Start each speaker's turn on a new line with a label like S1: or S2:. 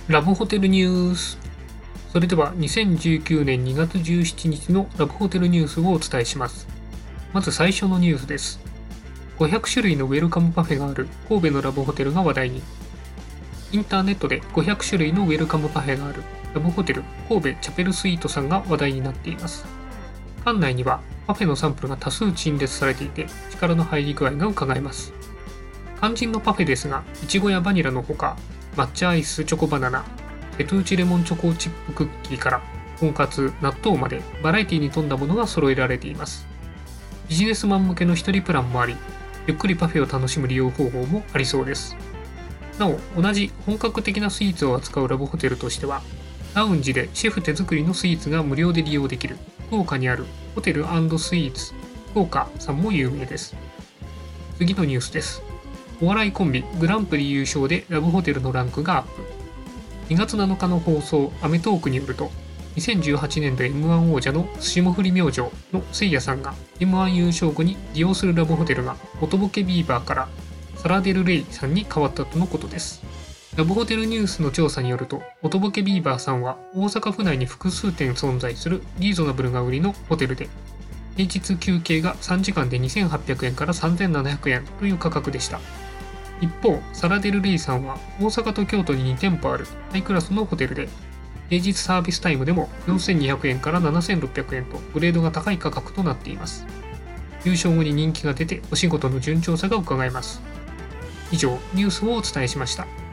S1: ラブホテルニュース。それでは2019年2月17日のラブホテルニュースをお伝えします。まず最初のニュースです。500種類のウェルカムパフェがある神戸のラブホテルが話題に。インターネットで500種類のウェルカムパフェがあるラブホテル神戸チャペルスイートさんが話題になっています。館内にはパフェのサンプルが多数陳列されていて、力の入り具合が伺えます。肝心のパフェですが、いちごやバニラのほか、抹茶アイスチョコバナナ、フェトゥーチレモンチョコチップクッキーから、とんかつ、納豆までバラエティに富んだものが揃えられています。ビジネスマン向けの一人プランもあり、ゆっくりパフェを楽しむ利用方法もありそうです。なお、同じ本格的なスイーツを扱うラブホテルとしては、ラウンジでシェフ手作りのスイーツが無料で利用できる福岡にあるホテル&スイーツ福岡さんも有名です。次のニュースです。お笑いコンビグランプリ優勝でラブホテルのランクがアップ。2月7日の放送アメトーークによると、2018年度 M1 王者の霜降り明星のせいやさんが M1 優勝後に利用するラブホテルがおとぼけビーバーからサラデルレイさんに変わったとのことです。ラブホテルニュースの調査によると、おとぼけビーバーさんは大阪府内に複数店存在するリーズナブルが売りのホテルで、平日休憩が3時間で2800円から3700円という価格でした。一方、サラデルレイさんは大阪と京都に2店舗あるハイクラスのホテルで、平日サービスタイムでも4200円から7600円とグレードが高い価格となっています。優勝後に人気が出てお仕事の順調さが伺えます。以上、ニュースをお伝えしました。